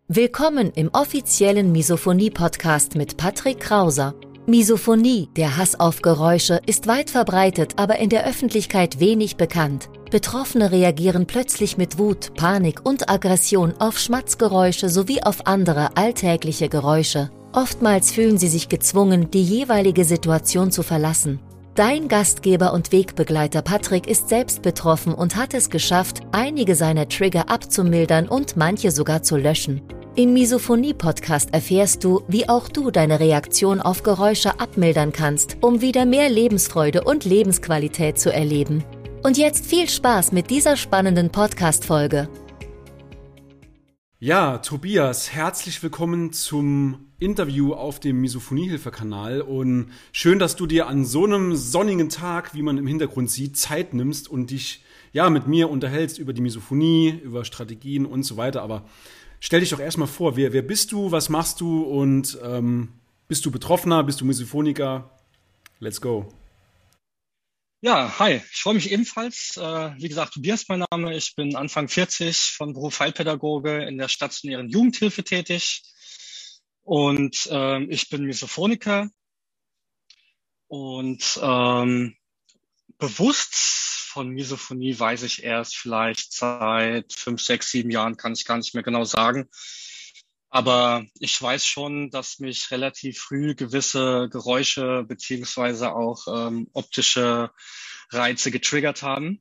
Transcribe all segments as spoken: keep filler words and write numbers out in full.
Willkommen im offiziellen Misophonie-Podcast mit Patrick Krauser. Misophonie, der Hass auf Geräusche, ist weit verbreitet, aber in der Öffentlichkeit wenig bekannt. Betroffene reagieren plötzlich mit Wut, Panik und Aggression auf Schmatzgeräusche sowie auf andere alltägliche Geräusche. Oftmals fühlen sie sich gezwungen, die jeweilige Situation zu verlassen. Dein Gastgeber und Wegbegleiter Patrick ist selbst betroffen und hat es geschafft, einige seiner Trigger abzumildern und manche sogar zu löschen. Im Misophonie-Podcast erfährst du, wie auch du deine Reaktion auf Geräusche abmildern kannst, um wieder mehr Lebensfreude und Lebensqualität zu erleben. Und jetzt viel Spaß mit dieser spannenden Podcast-Folge. Ja, Tobias, herzlich willkommen zum Interview auf dem Misophonie-Hilfe-Kanal und schön, dass du dir an so einem sonnigen Tag, wie man im Hintergrund sieht, Zeit nimmst und dich ja mit mir unterhältst über die Misophonie, über Strategien und so weiter. Aber stell dich doch erstmal vor, wer, wer bist du, was machst du und ähm, bist du Betroffener, bist du Misophoniker? Let's go. Ja, hi, ich freue mich ebenfalls. Äh, wie gesagt, Tobias mein Name. Ich bin Anfang vierzig, von Beruf Heilpädagoge in der stationären Jugendhilfe tätig. Und äh, ich bin Misophoniker. Und ähm, bewusst von Misophonie weiß ich erst vielleicht seit fünf, sechs, sieben Jahren, kann ich gar nicht mehr genau sagen. Aber ich weiß schon, dass mich relativ früh gewisse Geräusche beziehungsweise auch ähm, optische Reize getriggert haben.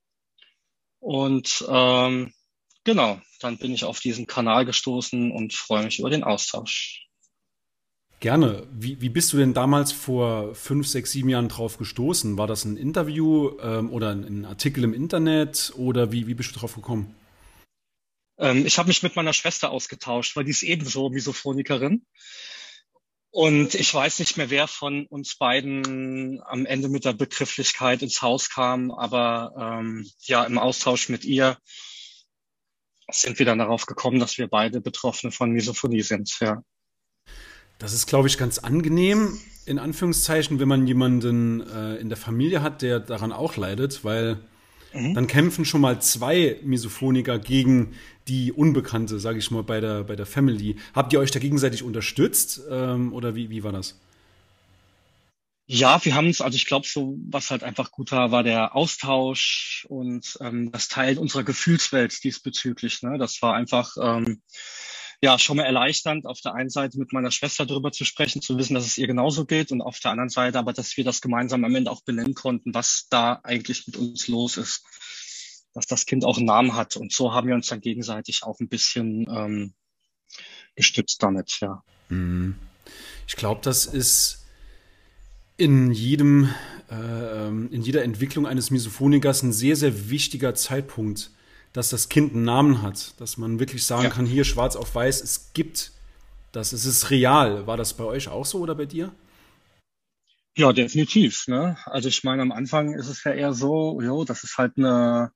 Und ähm, genau, dann bin ich auf diesen Kanal gestoßen und freue mich über den Austausch. Gerne. Wie, wie bist du denn damals vor fünf, sechs, sieben Jahren drauf gestoßen? War das ein Interview ähm, oder ein, ein Artikel im Internet oder wie, wie bist du drauf gekommen? Ähm, ich habe mich mit meiner Schwester ausgetauscht, weil die ist ebenso Misophonikerin. Und ich weiß nicht mehr, wer von uns beiden am Ende mit der Begrifflichkeit ins Haus kam, aber ähm, ja, im Austausch mit ihr sind wir dann darauf gekommen, dass wir beide Betroffene von Misophonie sind, ja. Das ist, glaube ich, ganz angenehm, in Anführungszeichen, wenn man jemanden äh, in der Familie hat, der daran auch leidet, weil mhm. dann kämpfen schon mal zwei Misophoniker gegen die Unbekannte, sage ich mal, bei der, bei der Family. Habt ihr euch da gegenseitig unterstützt ähm, oder wie, wie war das? Ja, wir haben uns, also ich glaube, so was halt einfach gut war, war der Austausch und ähm, das Teilen unserer Gefühlswelt diesbezüglich. Ne? Das war einfach ähm, ja schon mal erleichternd, auf der einen Seite mit meiner Schwester darüber zu sprechen, zu wissen, dass es ihr genauso geht und auf der anderen Seite aber, dass wir das gemeinsam am Ende auch benennen konnten, was da eigentlich mit uns los ist, dass das Kind auch einen Namen hat. Und so haben wir uns dann gegenseitig auch ein bisschen ähm, gestützt damit, ja. Ich glaube, das ist in jedem, äh, in jeder Entwicklung eines Misophonikers ein sehr, sehr wichtiger Zeitpunkt, dass das Kind einen Namen hat, dass man wirklich sagen ja. kann, hier schwarz auf weiß, es gibt das, es ist real. War das bei euch auch so oder bei dir? Ja, definitiv. Ne? Also ich meine, am Anfang ist es ja eher so, jo, das ist halt eine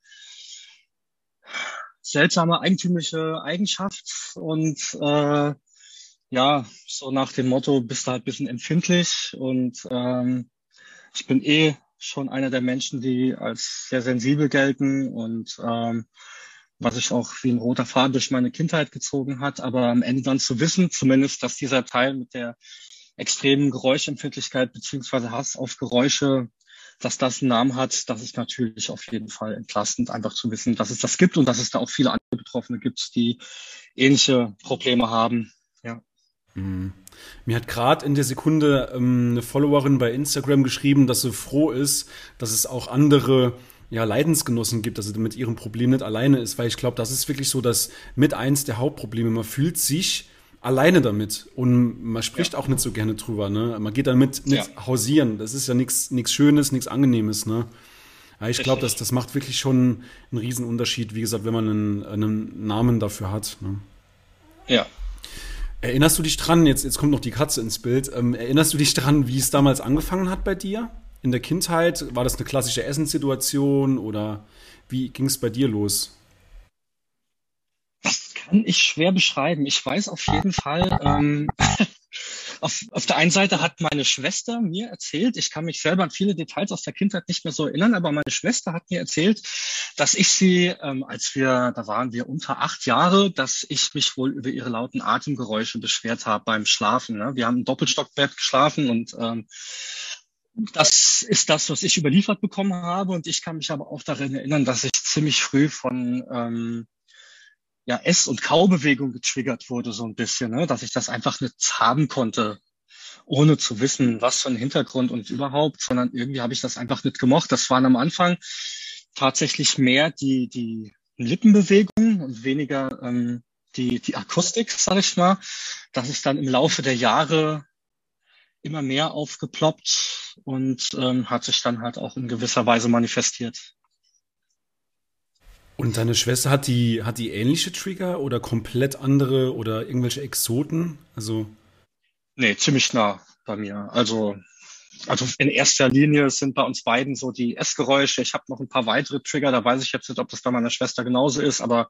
seltsame, eigentümliche Eigenschaft und äh, ja, so nach dem Motto, bist du halt ein bisschen empfindlich und ähm, ich bin eh schon einer der Menschen, die als sehr sensibel gelten und ähm, was sich auch wie ein roter Faden durch meine Kindheit gezogen hat, aber am Ende dann zu wissen, zumindest, dass dieser Teil mit der extremen Geräuschempfindlichkeit beziehungsweise Hass auf Geräusche, dass das einen Namen hat, das ist natürlich auf jeden Fall entlastend, einfach zu wissen, dass es das gibt und dass es da auch viele andere Betroffene gibt, die ähnliche Probleme haben. Ja. Mhm. Mir hat gerade in der Sekunde ähm, eine Followerin bei Instagram geschrieben, dass sie froh ist, dass es auch andere ja, Leidensgenossen gibt, dass sie mit ihrem Problem nicht alleine ist, weil ich glaube, das ist wirklich so, dass mit eins der Hauptprobleme, man fühlt sich alleine damit und man spricht ja. auch nicht so gerne drüber, ne? Man geht damit nicht ja. hausieren, das ist ja nichts nichts Schönes, nichts Angenehmes, ne? Ja, ich glaube, das, das macht wirklich schon einen riesen Unterschied, wie gesagt, wenn man einen, einen Namen dafür hat, ne? Ja. Erinnerst du dich dran, jetzt, jetzt kommt noch die Katze ins Bild, ähm, erinnerst du dich dran, wie es damals angefangen hat bei dir? In der Kindheit? War das eine klassische Essenssituation oder wie ging es bei dir los? Das kann ich schwer beschreiben. Ich weiß auf jeden Fall, ähm, auf, auf der einen Seite hat meine Schwester mir erzählt, ich kann mich selber an viele Details aus der Kindheit nicht mehr so erinnern, aber meine Schwester hat mir erzählt, dass ich sie, ähm, als wir, da waren wir unter acht Jahre, dass ich mich wohl über ihre lauten Atemgeräusche beschwert habe beim Schlafen. Ne? Wir haben im Doppelstockbett geschlafen und ähm, das ist das, was ich überliefert bekommen habe. Und ich kann mich aber auch daran erinnern, dass ich ziemlich früh von ähm, ja, Ess- und Kaubewegung getriggert wurde, so ein bisschen, ne? Dass ich das einfach nicht haben konnte, ohne zu wissen, was für ein Hintergrund und überhaupt, sondern irgendwie habe ich das einfach nicht gemocht. Das waren am Anfang tatsächlich mehr die, die Lippenbewegungen und weniger ähm, die, die Akustik, sag ich mal. Das ist dann im Laufe der Jahre immer mehr aufgeploppt und ähm, hat sich dann halt auch in gewisser Weise manifestiert. Und deine Schwester hat die, hat die ähnliche Trigger oder komplett andere oder irgendwelche Exoten? Also Nee, ziemlich nah bei mir. Also, also in erster Linie sind bei uns beiden so die Essgeräusche. Ich habe noch ein paar weitere Trigger, da weiß ich jetzt nicht, ob das bei meiner Schwester genauso ist, aber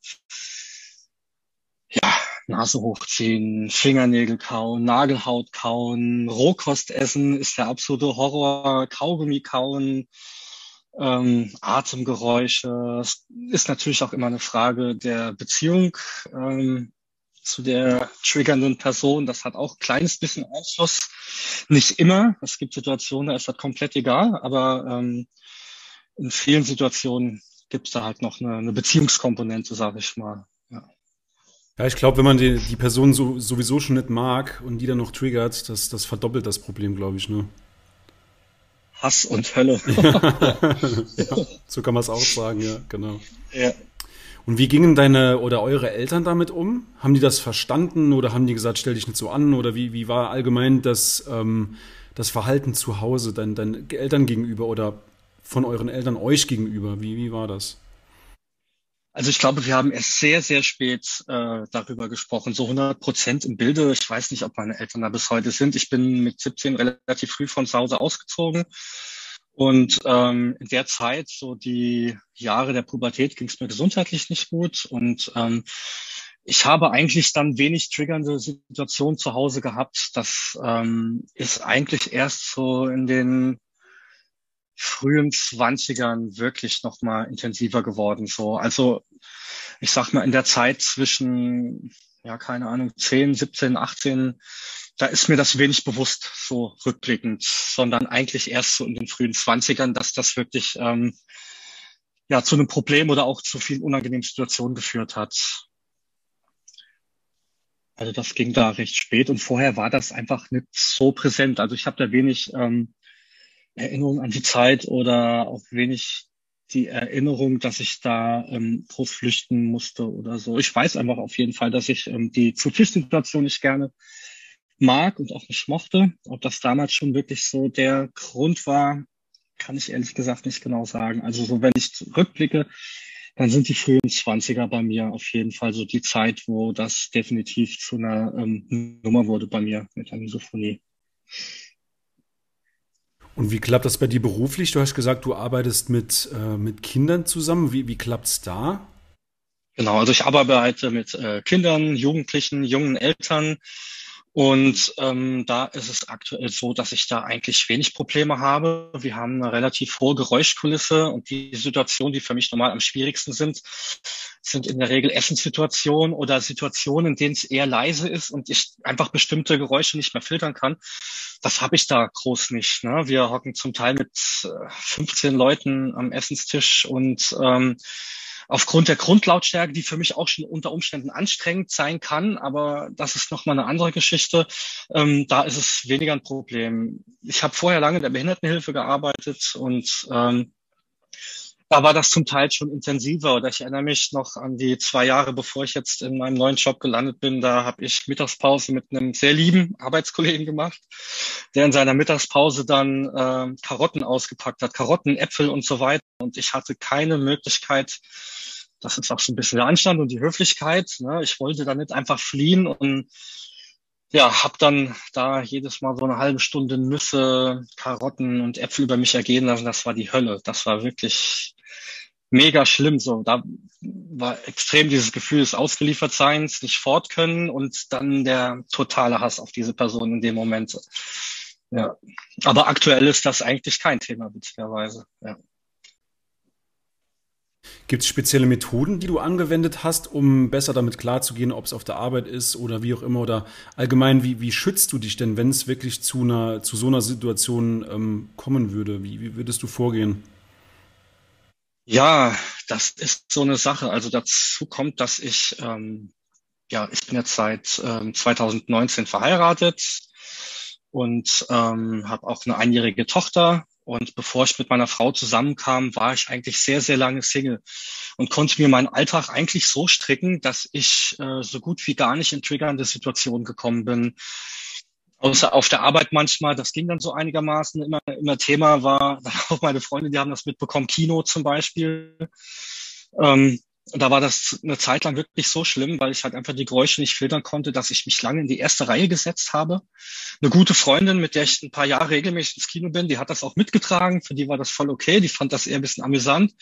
ja, Nase hochziehen, Fingernägel kauen, Nagelhaut kauen, Rohkost essen ist der absolute Horror, Kaugummi kauen, ähm, Atemgeräusche. Es ist natürlich auch immer eine Frage der Beziehung ähm, zu der triggernden Person. Das hat auch ein kleines bisschen Einfluss. Nicht immer. Es gibt Situationen, da ist das komplett egal, aber ähm, in vielen Situationen gibt es da halt noch eine, eine Beziehungskomponente, sage ich mal. Ja. ja, ich glaube, wenn man die, die Person so, sowieso schon nicht mag und die dann noch triggert, das, das verdoppelt das Problem, glaube ich, ne? Hass und Hölle. Ja, so kann man es auch sagen, ja, genau. Ja. Und wie gingen deine oder eure Eltern damit um? Haben die das verstanden oder haben die gesagt, stell dich nicht so an? Oder wie, wie war allgemein das, ähm, das Verhalten zu Hause deinen, deinen Eltern gegenüber oder von euren Eltern euch gegenüber? Wie, wie war das? Also ich glaube, wir haben erst sehr, sehr spät äh, darüber gesprochen, so hundert Prozent im Bilde. Ich weiß nicht, ob meine Eltern da bis heute sind. Ich bin mit siebzehn relativ früh von zu Hause ausgezogen. Und ähm, in der Zeit, so die Jahre der Pubertät, ging es mir gesundheitlich nicht gut. Und ähm, ich habe eigentlich dann wenig triggernde Situationen zu Hause gehabt. Das ähm, ist eigentlich erst so in den frühen Zwanzigern wirklich nochmal intensiver geworden. So, also ich sag mal, in der Zeit zwischen, ja, keine Ahnung, zehn, siebzehn, achtzehn, da ist mir das wenig bewusst, so rückblickend, sondern eigentlich erst so in den frühen Zwanzigern, dass das wirklich ähm, ja zu einem Problem oder auch zu vielen unangenehmen Situationen geführt hat. Also das ging da recht spät und vorher war das einfach nicht so präsent. Also ich habe da wenig ähm, Erinnerung an die Zeit oder auch wenig die Erinnerung, dass ich da ähm, groß flüchten musste oder so. Ich weiß einfach auf jeden Fall, dass ich ähm, die Zu-Tisch-Situation nicht gerne mag und auch nicht mochte. Ob das damals schon wirklich so der Grund war, kann ich ehrlich gesagt nicht genau sagen. Also so, wenn ich zurückblicke, dann sind die frühen Zwanziger bei mir auf jeden Fall so die Zeit, wo das definitiv zu einer ähm, Nummer wurde bei mir mit der Misophonie. Und wie klappt das bei dir beruflich? Du hast gesagt, du arbeitest mit, äh, mit Kindern zusammen. Wie, wie klappt's da? Genau, also ich arbeite mit äh, Kindern, Jugendlichen, jungen Eltern. Und ähm, da ist es aktuell so, dass ich da eigentlich wenig Probleme habe. Wir haben eine relativ hohe Geräuschkulisse und die Situationen, die für mich normal am schwierigsten sind, sind in der Regel Essenssituationen oder Situationen, in denen es eher leise ist und ich einfach bestimmte Geräusche nicht mehr filtern kann. Das habe ich da groß nicht. Ne? Wir hocken zum Teil mit äh, fünfzehn Leuten am Essenstisch und ähm, aufgrund der Grundlautstärke, die für mich auch schon unter Umständen anstrengend sein kann, aber das ist nochmal eine andere Geschichte. Ähm, da ist es weniger ein Problem. Ich habe vorher lange in der Behindertenhilfe gearbeitet und ähm, da war das zum Teil schon intensiver. Oder ich erinnere mich noch an die zwei Jahre, bevor ich jetzt in meinem neuen Job gelandet bin. Da habe ich Mittagspause mit einem sehr lieben Arbeitskollegen gemacht, der in seiner Mittagspause dann äh, Karotten ausgepackt hat, Karotten, Äpfel und so weiter. Und ich hatte keine Möglichkeit, das ist auch so ein bisschen der Anstand und die Höflichkeit. Ne? Ich wollte da nicht einfach fliehen und ja, habe dann da jedes Mal so eine halbe Stunde Nüsse, Karotten und Äpfel über mich ergehen lassen. Das war die Hölle. Das war wirklich mega schlimm. So, da war extrem dieses Gefühl des Ausgeliefertseins, nicht fort können und dann der totale Hass auf diese Person in dem Moment. Ja, aber aktuell ist das eigentlich kein Thema, witzigerweise. Ja. Gibt es spezielle Methoden, die du angewendet hast, um besser damit klarzugehen, ob es auf der Arbeit ist oder wie auch immer? Oder allgemein, wie, wie schützt du dich denn, wenn es wirklich zu einer, zu so einer Situation ähm, kommen würde? Wie, wie würdest du vorgehen? Ja, das ist so eine Sache. Also dazu kommt, dass ich, ähm, ja, ich bin jetzt seit ähm, zwanzig neunzehn verheiratet und ähm, habe auch eine einjährige Tochter. Und bevor ich mit meiner Frau zusammenkam, war ich eigentlich sehr, sehr lange Single und konnte mir meinen Alltag eigentlich so stricken, dass ich äh, so gut wie gar nicht in triggernde Situationen gekommen bin. Außer auf der Arbeit manchmal, das ging dann so einigermaßen. Immer, immer Thema war, auch meine Freunde, die haben das mitbekommen, Kino zum Beispiel. Ähm, Da war das eine Zeit lang wirklich so schlimm, weil ich halt einfach die Geräusche nicht filtern konnte, dass ich mich lange in die erste Reihe gesetzt habe. Eine gute Freundin, mit der ich ein paar Jahre regelmäßig ins Kino bin, die hat das auch mitgetragen. Für die war das voll okay. Die fand das eher ein bisschen amüsant.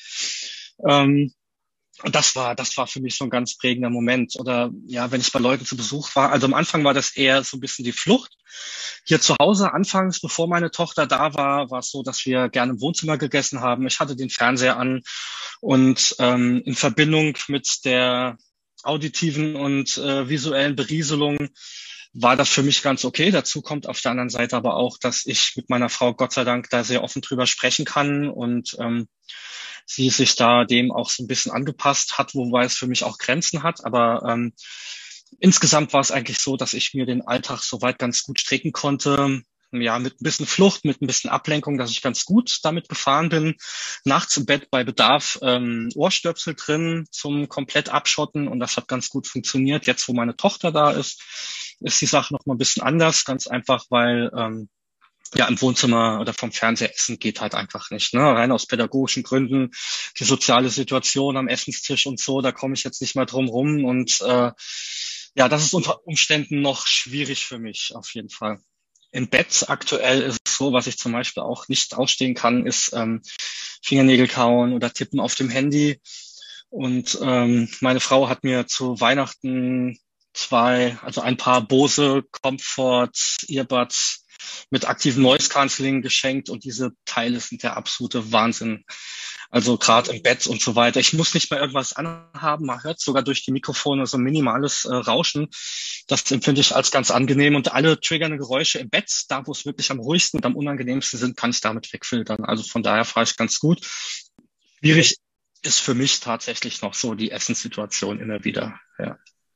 Ähm, und das war, das war für mich so ein ganz prägender Moment. Oder ja, wenn ich bei Leuten zu Besuch war. Also am Anfang war das eher so ein bisschen die Flucht. Hier zu Hause, anfangs, bevor meine Tochter da war, war es so, dass wir gerne im Wohnzimmer gegessen haben. Ich hatte den Fernseher an und ähm, in Verbindung mit der auditiven und äh, visuellen Berieselung war das für mich ganz okay. Dazu kommt auf der anderen Seite aber auch, dass ich mit meiner Frau Gott sei Dank da sehr offen drüber sprechen kann und ähm, sie sich da dem auch so ein bisschen angepasst hat, wobei es für mich auch Grenzen hat. Aber ähm, insgesamt war es eigentlich so, dass ich mir den Alltag soweit ganz gut stricken konnte. Ja, mit ein bisschen Flucht, mit ein bisschen Ablenkung, dass ich ganz gut damit gefahren bin. Nachts im Bett bei Bedarf ähm, Ohrstöpsel drin zum komplett abschotten und das hat ganz gut funktioniert. Jetzt, wo meine Tochter da ist, ist die Sache noch mal ein bisschen anders. Ganz einfach, weil ähm, ja im Wohnzimmer oder vom Fernseher essen geht halt einfach nicht. Ne? Rein aus pädagogischen Gründen, die soziale Situation am Essenstisch und so, da komme ich jetzt nicht mal drum rum und äh, ja, das ist unter Umständen noch schwierig für mich, auf jeden Fall. Im Bett aktuell ist es so, was ich zum Beispiel auch nicht ausstehen kann, ist ähm, Fingernägel kauen oder tippen auf dem Handy. Und ähm, meine Frau hat mir zu Weihnachten zwei, also ein paar Bose Comfort Earbuds mit aktivem Noise Cancelling geschenkt und diese Teile sind der absolute Wahnsinn. Also gerade im Bett und so weiter. Ich muss nicht mehr irgendwas anhaben. Man hört sogar durch die Mikrofone so ein minimales äh, Rauschen. Das empfinde ich als ganz angenehm. Und alle triggernde Geräusche im Bett, da wo es wirklich am ruhigsten und am unangenehmsten sind, kann ich damit wegfiltern. Also von daher fahre ich ganz gut. Schwierig ist für mich tatsächlich noch so die Essenssituation immer wieder. Ja.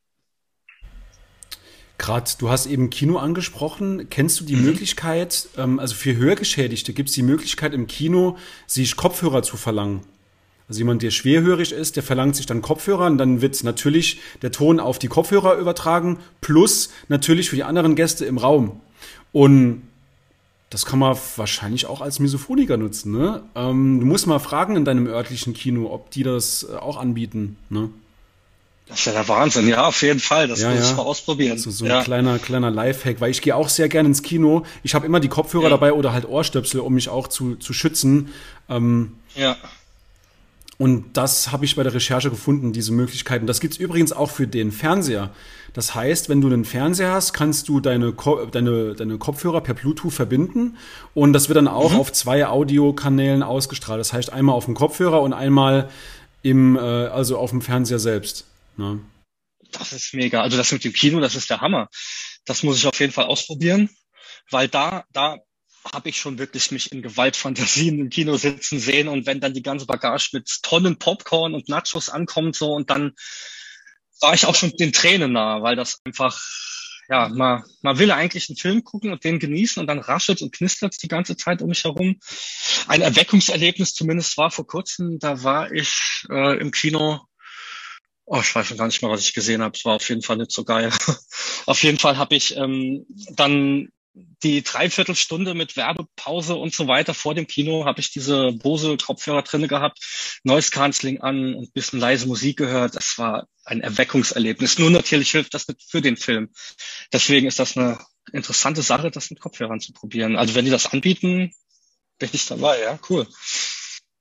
Gerade, du hast eben Kino angesprochen. Kennst du die Mhm. Möglichkeit, ähm, also für Hörgeschädigte gibt es die Möglichkeit im Kino, sich Kopfhörer zu verlangen? Also jemand, der schwerhörig ist, der verlangt sich dann Kopfhörer und dann wird natürlich der Ton auf die Kopfhörer übertragen, plus natürlich für die anderen Gäste im Raum. Und das kann man wahrscheinlich auch als Misophoniker nutzen, ne? Ähm, du musst mal fragen in deinem örtlichen Kino, ob die das äh, auch anbieten, ne? Das ist ja der Wahnsinn. Ja, auf jeden Fall. Das Ja, muss ich ja. mal ausprobieren. So, so ein Ja, kleiner, kleiner Lifehack, weil ich gehe auch sehr gerne ins Kino. Ich habe immer die Kopfhörer ja, dabei oder halt Ohrstöpsel, um mich auch zu, zu schützen. Ähm, ja. und das habe ich bei der Recherche gefunden, diese Möglichkeiten. Das gibt's übrigens auch für den Fernseher. Das heißt, wenn du einen Fernseher hast, kannst du deine, Ko deine, deine Kopfhörer per Bluetooth verbinden und das wird dann auch Mhm. auf zwei Audiokanälen ausgestrahlt. Das heißt, einmal auf dem Kopfhörer und einmal im, äh, also auf dem Fernseher selbst. Ne? Das ist mega. Also das mit dem Kino, das ist der Hammer. Das muss ich auf jeden Fall ausprobieren, weil da, da habe ich schon wirklich mich in Gewaltfantasien im Kino sitzen sehen und wenn dann die ganze Bagage mit Tonnen Popcorn und Nachos ankommt so und dann war ich auch schon den Tränen nahe, weil das einfach, ja, man, man will eigentlich einen Film gucken und den genießen und dann raschelt und knistert die ganze Zeit um mich herum. Ein Erweckungserlebnis zumindest war vor kurzem, da war ich äh, im Kino. Oh, ich weiß schon gar nicht mehr, was ich gesehen habe. Es war auf jeden Fall nicht so geil. Auf jeden Fall habe ich ähm, dann die Dreiviertelstunde mit Werbepause und so weiter vor dem Kino habe ich diese Bose Kopfhörer drinne gehabt, Noise Cancelling an und ein bisschen leise Musik gehört. Das war ein Erweckungserlebnis. Nur natürlich hilft das mit für den Film. Deswegen ist das eine interessante Sache, das mit Kopfhörern zu probieren. Also wenn die das anbieten, bin ich dabei. Ja, cool.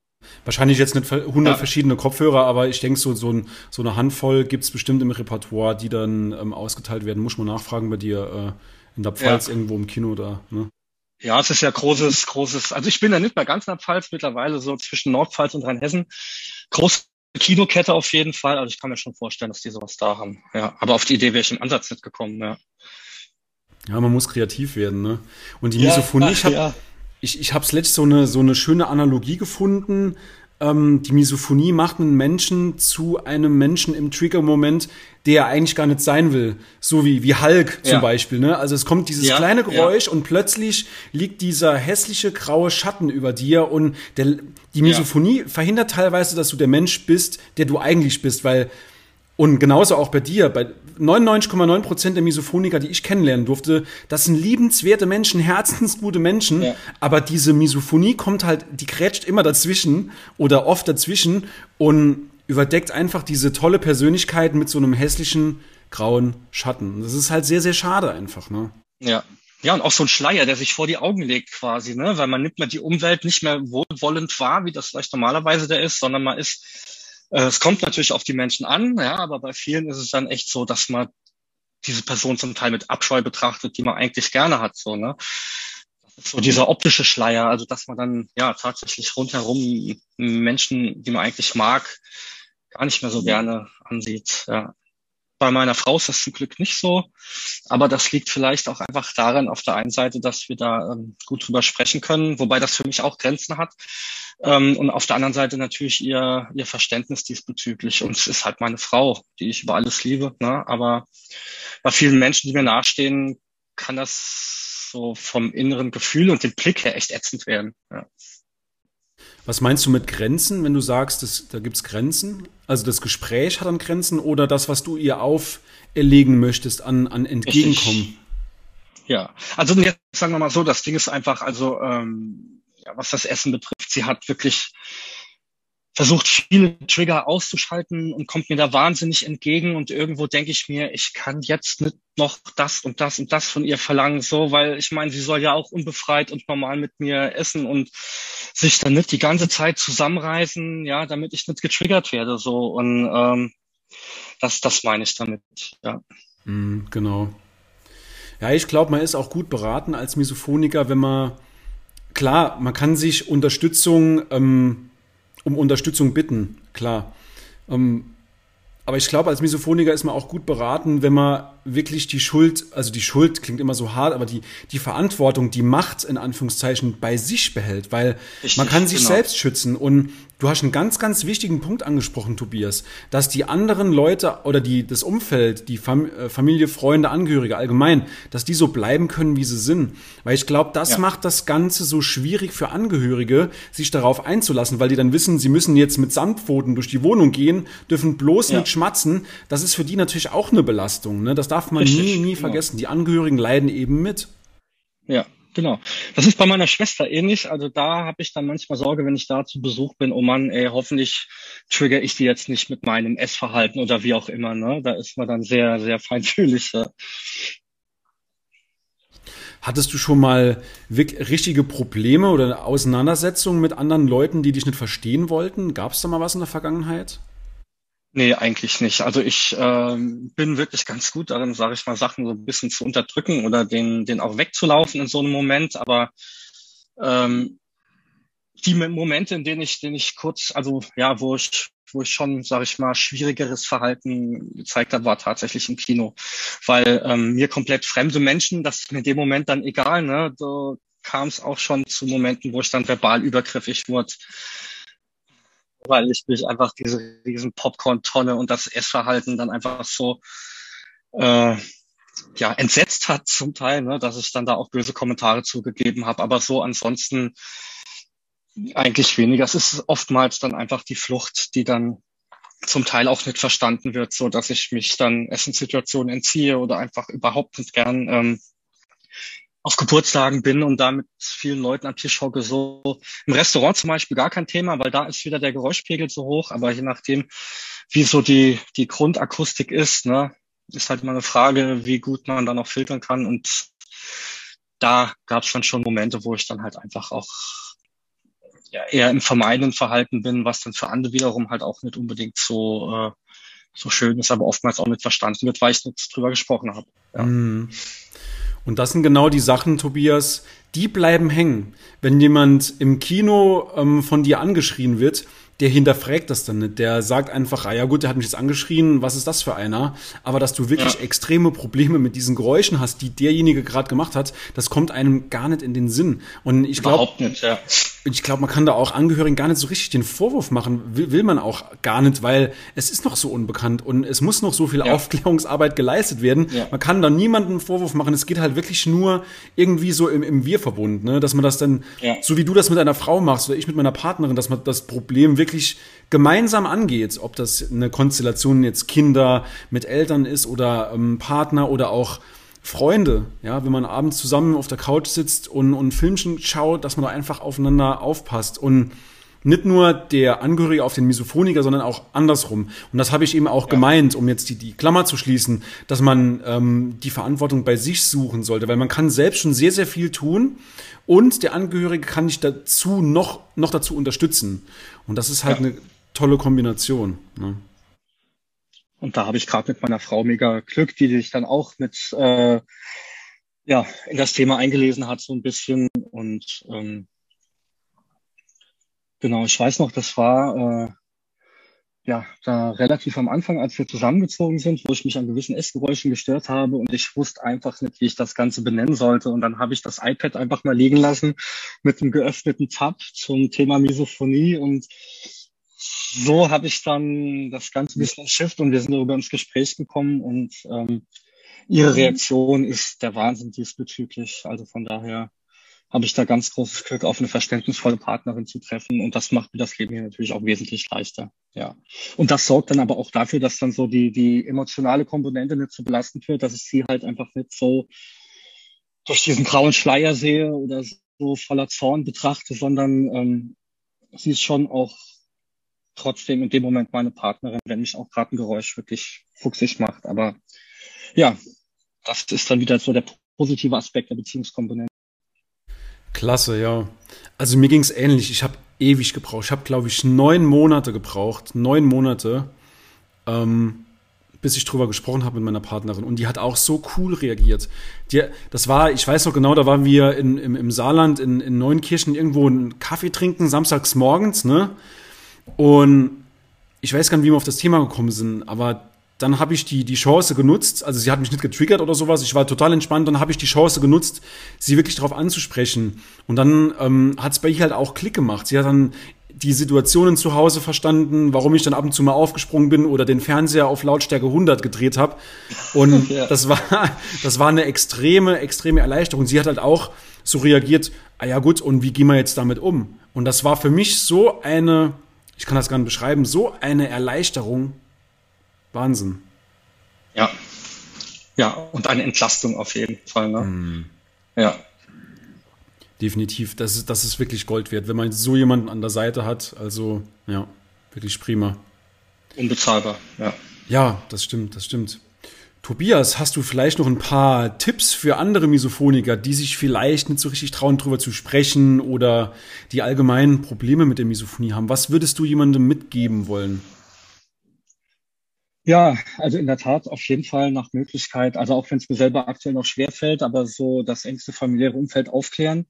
Wahrscheinlich jetzt nicht hundert Ja, verschiedene Kopfhörer, aber ich denke, so, so, ein, so eine Handvoll gibt's bestimmt im Repertoire, die dann ähm, ausgeteilt werden. Muss man nachfragen bei dir äh, in der ja. Pfalz irgendwo im Kino da. Ne? Ja, es ist ja großes, großes, also ich bin ja nicht mehr ganz in der Pfalz, mittlerweile so zwischen Nordpfalz und Rheinhessen. Große Kinokette auf jeden Fall, also ich kann mir schon vorstellen, dass die sowas da haben. Ja, aber auf die Idee wäre ich im Ansatz nicht gekommen, ja. Ja, man muss kreativ werden. Ne? Und die Ja, Misophonie, ich ach habe ja. ich, ich habe letzt so eine, so eine schöne Analogie gefunden. Ähm, die Misophonie macht einen Menschen zu einem Menschen im Trigger-Moment, der er eigentlich gar nicht sein will. So wie, wie Hulk zum Ja, Beispiel. Ne? Also es kommt dieses ja, kleine ja, Geräusch und plötzlich liegt dieser hässliche graue Schatten über dir und der, die ja, Misophonie verhindert teilweise, dass du der Mensch bist, der du eigentlich bist, weil und genauso auch bei dir, bei neunundneunzig Komma neun Prozent der Misophoniker, die ich kennenlernen durfte, das sind liebenswerte Menschen, herzensgute Menschen, ja, aber diese Misophonie kommt halt, die grätscht immer dazwischen oder oft dazwischen und überdeckt einfach diese tolle Persönlichkeit mit so einem hässlichen grauen Schatten. Das ist halt sehr, sehr schade einfach, ne? ja. Ja, und auch so ein Schleier, der sich vor die Augen legt quasi, ne? Weil man nimmt man die Umwelt nicht mehr wohlwollend wahr, wie das vielleicht normalerweise der ist, sondern man ist, äh, es kommt natürlich auf die Menschen an, ja, aber bei vielen ist es dann echt so, dass man diese Person zum Teil mit Abscheu betrachtet, die man eigentlich gerne hat, so, ne? So dieser optische Schleier, also dass man dann ja tatsächlich rundherum Menschen, die man eigentlich mag, gar nicht mehr so gerne ansieht. Ja. Bei meiner Frau ist das zum Glück nicht so, aber das liegt vielleicht auch einfach daran, auf der einen Seite, dass wir da ähm, gut drüber sprechen können, wobei das für mich auch Grenzen hat. Ähm, und auf der anderen Seite natürlich ihr, ihr Verständnis diesbezüglich. Und es ist halt meine Frau, die ich über alles liebe, ne? Aber bei vielen Menschen, die mir nahestehen, kann das so vom inneren Gefühl und dem Blick her echt ätzend werden. Ja. Was meinst du mit Grenzen, wenn du sagst, das, da gibt's Grenzen? Also das Gespräch hat dann Grenzen oder das, was du ihr auferlegen möchtest an, an Richtig. Entgegenkommen? Ja, also jetzt sagen wir mal so, das Ding ist einfach, also ähm, ja, was das Essen betrifft, sie hat wirklich versucht, viele Trigger auszuschalten und kommt mir da wahnsinnig entgegen. Und irgendwo denke ich mir, ich kann jetzt nicht noch das und das und das von ihr verlangen, so, weil ich meine, sie soll ja auch unbefreit und normal mit mir essen und sich dann nicht die ganze Zeit zusammenreißen, ja, damit ich nicht getriggert werde, so. Und ähm, das, das meine ich damit, ja. Mm, genau. Ja, ich glaube, man ist auch gut beraten als Misophoniker, wenn man, klar, man kann sich Unterstützung, ähm, um Unterstützung bitten, klar. Ähm, aber ich glaube, als Misophoniker ist man auch gut beraten, wenn man wirklich die Schuld, also die Schuld klingt immer so hart, aber die, die Verantwortung, die Macht in Anführungszeichen bei sich behält, weil man kann Richtig, sich genau. selbst schützen. Und du hast einen ganz, ganz wichtigen Punkt angesprochen, Tobias, dass die anderen Leute oder die, das Umfeld, die Fam äh, Familie, Freunde, Angehörige allgemein, dass die so bleiben können, wie sie sind. Weil ich glaube, das Ja, macht das Ganze so schwierig für Angehörige, sich darauf einzulassen, weil die dann wissen, sie müssen jetzt mit Samtpfoten durch die Wohnung gehen, dürfen bloß nicht ja, schmatzen. Das ist für die natürlich auch eine Belastung. Ne? Das darf man nie, richtig, nie genau. vergessen. Die Angehörigen leiden eben mit. Ja, genau. Das ist bei meiner Schwester ähnlich. Also da habe ich dann manchmal Sorge, wenn ich da zu Besuch bin, oh Mann, ey, hoffentlich trigger ich die jetzt nicht mit meinem Essverhalten oder wie auch immer, ne? Da ist man dann sehr, sehr feinfühlig. Ja. Hattest du schon mal wirk- richtige Probleme oder Auseinandersetzungen mit anderen Leuten, die dich nicht verstehen wollten? Gab es da mal was in der Vergangenheit? Nee, eigentlich nicht. Also ich ähm, bin wirklich ganz gut darin, sage ich mal, Sachen so ein bisschen zu unterdrücken oder den, den auch wegzulaufen in so einem Moment. Aber ähm, die Momente, in denen ich, denen ich kurz, also ja, wo ich, wo ich schon, sage ich mal, schwierigeres Verhalten gezeigt habe, war tatsächlich im Kino, weil ähm, mir komplett fremde Menschen, das ist mir in dem Moment dann egal, ne? Da kam es auch schon zu Momenten, wo ich dann verbal übergriffig wurde, weil ich mich einfach diese riesen Popcorn-Tonne und das Essverhalten dann einfach so äh, ja entsetzt hat zum Teil, ne, dass ich dann da auch böse Kommentare zugegeben habe. Aber so ansonsten eigentlich weniger. Es ist oftmals dann einfach die Flucht, die dann zum Teil auch nicht verstanden wird, so dass ich mich dann Essenssituationen entziehe oder einfach überhaupt nicht gern ähm, auf Geburtstagen bin und da mit vielen Leuten am Tisch hocke. So im Restaurant zum Beispiel gar kein Thema, weil da ist wieder der Geräuschpegel so hoch. Aber je nachdem, wie so die die Grundakustik ist, ne, ist halt immer eine Frage, wie gut man dann auch filtern kann. Und da gab es dann schon Momente, wo ich dann halt einfach auch ja, eher im vermeidenden Verhalten bin, was dann für andere wiederum halt auch nicht unbedingt so, äh, so schön ist, aber oftmals auch nicht verstanden wird, weil ich nicht drüber gesprochen habe. Ja. Mm. Und das sind genau die Sachen, Tobias, die bleiben hängen. Wenn jemand im Kino ähm, von dir angeschrien wird, der hinterfragt das dann nicht. Der sagt einfach, ah ja gut, der hat mich jetzt angeschrien, was ist das für einer? Aber dass du wirklich ja. extreme Probleme mit diesen Geräuschen hast, die derjenige gerade gemacht hat, das kommt einem gar nicht in den Sinn. Und ich glaube, Überhaupt nicht, ja. Ich glaube, man kann da auch Angehörigen gar nicht so richtig den Vorwurf machen. Will, will man auch gar nicht, weil es ist noch so unbekannt und es muss noch so viel ja. Aufklärungsarbeit geleistet werden. Ja. Man kann da niemandem einen Vorwurf machen. Es geht halt wirklich nur irgendwie so im, im Wir-Verbund, ne? Dass man das dann, ja. so wie du das mit einer Frau machst oder ich mit meiner Partnerin, dass man das Problem wirklich gemeinsam angeht. Ob das eine Konstellation jetzt Kinder mit Eltern ist oder ähm, Partner oder auch Freunde, ja, wenn man abends zusammen auf der Couch sitzt und, und Filmchen schaut, dass man da einfach aufeinander aufpasst und nicht nur der Angehörige auf den Misophoniker, sondern auch andersrum. Und das habe ich eben auch ja. gemeint, um jetzt die, die Klammer zu schließen, dass man ähm, die Verantwortung bei sich suchen sollte, weil man kann selbst schon sehr, sehr viel tun und der Angehörige kann dich dazu noch, noch dazu unterstützen. Und das ist halt ja. eine tolle Kombination, ne? Und da habe ich gerade mit meiner Frau mega Glück, die sich dann auch mit äh, ja in das Thema eingelesen hat so ein bisschen. Und ähm, genau, ich weiß noch, das war äh, ja da relativ am Anfang, als wir zusammengezogen sind, wo ich mich an gewissen Essgeräuschen gestört habe und ich wusste einfach nicht, wie ich das Ganze benennen sollte. Und dann habe ich das iPad einfach mal liegen lassen mit einem geöffneten Tab zum Thema Misophonie und so habe ich dann das Ganze ein bisschen entschifft und wir sind darüber ins Gespräch gekommen und ähm, ihre Reaktion ist der Wahnsinn diesbezüglich. Also von daher habe ich da ganz großes Glück, auf eine verständnisvolle Partnerin zu treffen und das macht mir das Leben hier natürlich auch wesentlich leichter. Ja. Und das sorgt dann aber auch dafür, dass dann so die, die emotionale Komponente nicht so belastend wird, dass ich sie halt einfach nicht so durch diesen grauen Schleier sehe oder so voller Zorn betrachte, sondern ähm, sie ist schon auch trotzdem in dem Moment meine Partnerin, wenn mich auch gerade ein Geräusch wirklich fuchsig macht. Aber ja, das ist dann wieder so der positive Aspekt der Beziehungskomponente. Klasse, ja. Also mir ging es ähnlich. Ich habe ewig gebraucht. Ich habe, glaube ich, neun Monate gebraucht. Neun Monate, ähm, bis ich drüber gesprochen habe mit meiner Partnerin. Und die hat auch so cool reagiert. Die, das war, ich weiß noch genau, da waren wir in, im, im Saarland in, in Neunkirchen irgendwo einen Kaffee trinken, samstags morgens, ne? Und ich weiß gar nicht, wie wir auf das Thema gekommen sind, aber dann habe ich die, die Chance genutzt, also sie hat mich nicht getriggert oder sowas, ich war total entspannt, dann habe ich die Chance genutzt, sie wirklich darauf anzusprechen. Und dann ähm, hat es bei ihr halt auch Klick gemacht. Sie hat dann die Situationen zu Hause verstanden, warum ich dann ab und zu mal aufgesprungen bin oder den Fernseher auf Lautstärke hundert gedreht habe. Und ja. das war das war eine extreme, extreme Erleichterung. Sie hat halt auch so reagiert, ah ja gut, und wie gehen wir jetzt damit um? Und das war für mich so eine, ich kann das gar nicht beschreiben, so eine Erleichterung. Wahnsinn. Ja. Ja, und eine Entlastung auf jeden Fall, ne? Mm. Ja. Definitiv. Das ist, das ist wirklich Gold wert, wenn man so jemanden an der Seite hat. Also, ja, wirklich prima. Unbezahlbar, ja. Ja, das stimmt, das stimmt. Tobias, hast du vielleicht noch ein paar Tipps für andere Misophoniker, die sich vielleicht nicht so richtig trauen, drüber zu sprechen oder die allgemeinen Probleme mit der Misophonie haben? Was würdest du jemandem mitgeben wollen? Ja, also in der Tat auf jeden Fall nach Möglichkeit, also auch wenn es mir selber aktuell noch schwerfällt, aber so das engste familiäre Umfeld aufklären.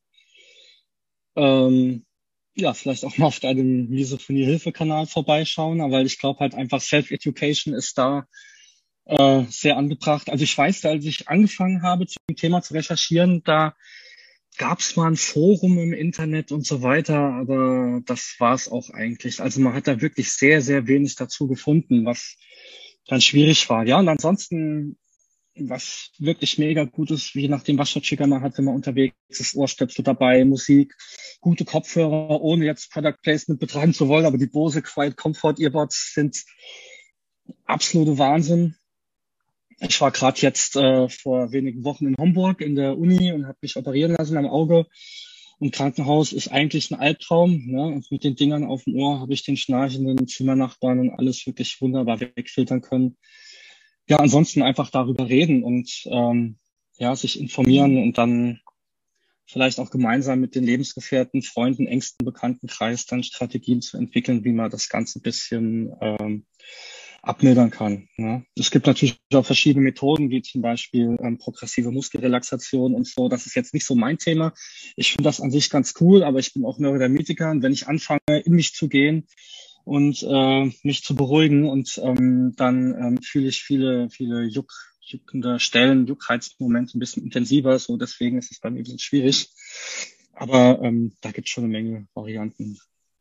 Ähm, ja, vielleicht auch mal auf deinem Misophonie-Hilfe-Kanal vorbeischauen, aber ich glaube halt einfach Self-Education ist da äh, sehr angebracht. Also ich weiß, als ich angefangen habe, zu dem Thema zu recherchieren, da gab es mal ein Forum im Internet und so weiter, aber das war es auch eigentlich. Also man hat da wirklich sehr, sehr wenig dazu gefunden, was dann schwierig war. Ja, und ansonsten, was wirklich mega gut ist, je nachdem, was für Trigger man hat, wenn man unterwegs ist, Ohrstöpsel dabei, Musik, gute Kopfhörer, ohne jetzt Product Placement betreiben zu wollen, aber die Bose Quiet Comfort Earbuds sind absolute Wahnsinn. Ich war gerade jetzt äh, vor wenigen Wochen in Homburg in der Uni und habe mich operieren lassen am Auge. Und Krankenhaus ist eigentlich ein Albtraum. Ne? Und mit den Dingern auf dem Ohr habe ich den schnarchenden Zimmernachbarn und alles wirklich wunderbar wegfiltern können. Ja, ansonsten einfach darüber reden und ähm, ja, sich informieren und dann vielleicht auch gemeinsam mit den Lebensgefährten, Freunden, engsten Bekanntenkreis dann Strategien zu entwickeln, wie man das Ganze ein bisschen ähm, abmildern kann. Ja. Es gibt natürlich auch verschiedene Methoden, wie zum Beispiel ähm, progressive Muskelrelaxation und so. Das ist jetzt nicht so mein Thema. Ich finde das an sich ganz cool, aber ich bin auch Neurodermitiker und wenn ich anfange, in mich zu gehen und äh, mich zu beruhigen und ähm, dann ähm, fühle ich viele, viele Juck, juckende Stellen, Juckreizmomente ein bisschen intensiver. So deswegen ist es bei mir ein bisschen schwierig. Aber ähm, da gibt es schon eine Menge Varianten.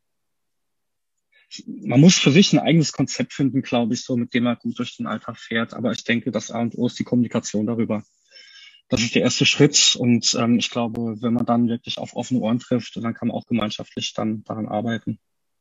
Man muss für sich ein eigenes Konzept finden, glaube ich, so mit dem man gut durch den Alltag fährt. Aber ich denke, das A und O ist die Kommunikation darüber. Das ist der erste Schritt. Und ähm, ich glaube, wenn man dann wirklich auf offene Ohren trifft, dann kann man auch gemeinschaftlich dann daran arbeiten.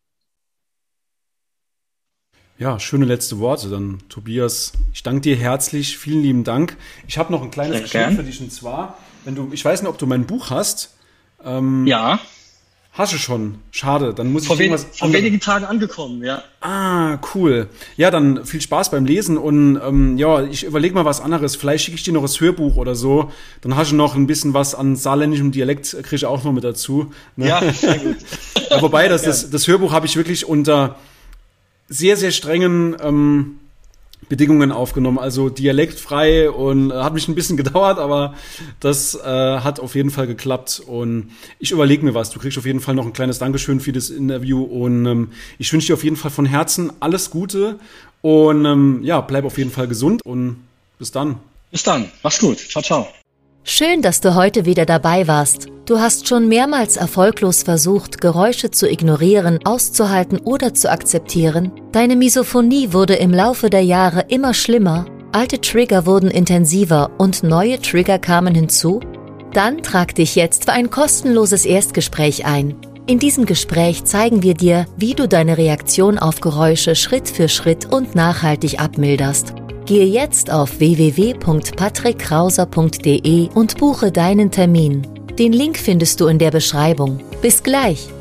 Ja, schöne letzte Worte dann, Tobias. Ich danke dir herzlich. Vielen lieben Dank. Ich habe noch ein kleines Sehr Geschenk gern. für dich. Und zwar, wenn du, ich weiß nicht, ob du mein Buch hast. Ähm, Ja, Hast du schon. Schade. Dann muss vor, ich wen irgendwas vor anderes- wenigen Tagen angekommen, ja. Ah, cool. Ja, dann viel Spaß beim Lesen und ähm, ja, ich überlege mal was anderes. Vielleicht schicke ich dir noch das Hörbuch oder so. Dann hast du noch ein bisschen was an saarländischem Dialekt, kriege ich auch noch mit dazu. Ne? Ja, sehr gut. Ja, wobei, das, das, das Hörbuch habe ich wirklich unter sehr, sehr strengen ähm, Bedingungen aufgenommen. Also dialektfrei und äh, hat mich ein bisschen gedauert, aber das äh, hat auf jeden Fall geklappt. Und ich überlege mir was. Du kriegst auf jeden Fall noch ein kleines Dankeschön für das Interview und ähm, ich wünsche dir auf jeden Fall von Herzen alles Gute und ähm, ja, bleib auf jeden Fall gesund und bis dann. Bis dann. Mach's gut. Ciao, ciao. Schön, dass du heute wieder dabei warst. Du hast schon mehrmals erfolglos versucht, Geräusche zu ignorieren, auszuhalten oder zu akzeptieren. Deine Misophonie wurde im Laufe der Jahre immer schlimmer, alte Trigger wurden intensiver und neue Trigger kamen hinzu? Dann trag dich jetzt für ein kostenloses Erstgespräch ein. In diesem Gespräch zeigen wir dir, wie du deine Reaktion auf Geräusche Schritt für Schritt und nachhaltig abmilderst. Gehe jetzt auf w w w punkt patrick krauser punkt d e und buche deinen Termin. Den Link findest du in der Beschreibung. Bis gleich!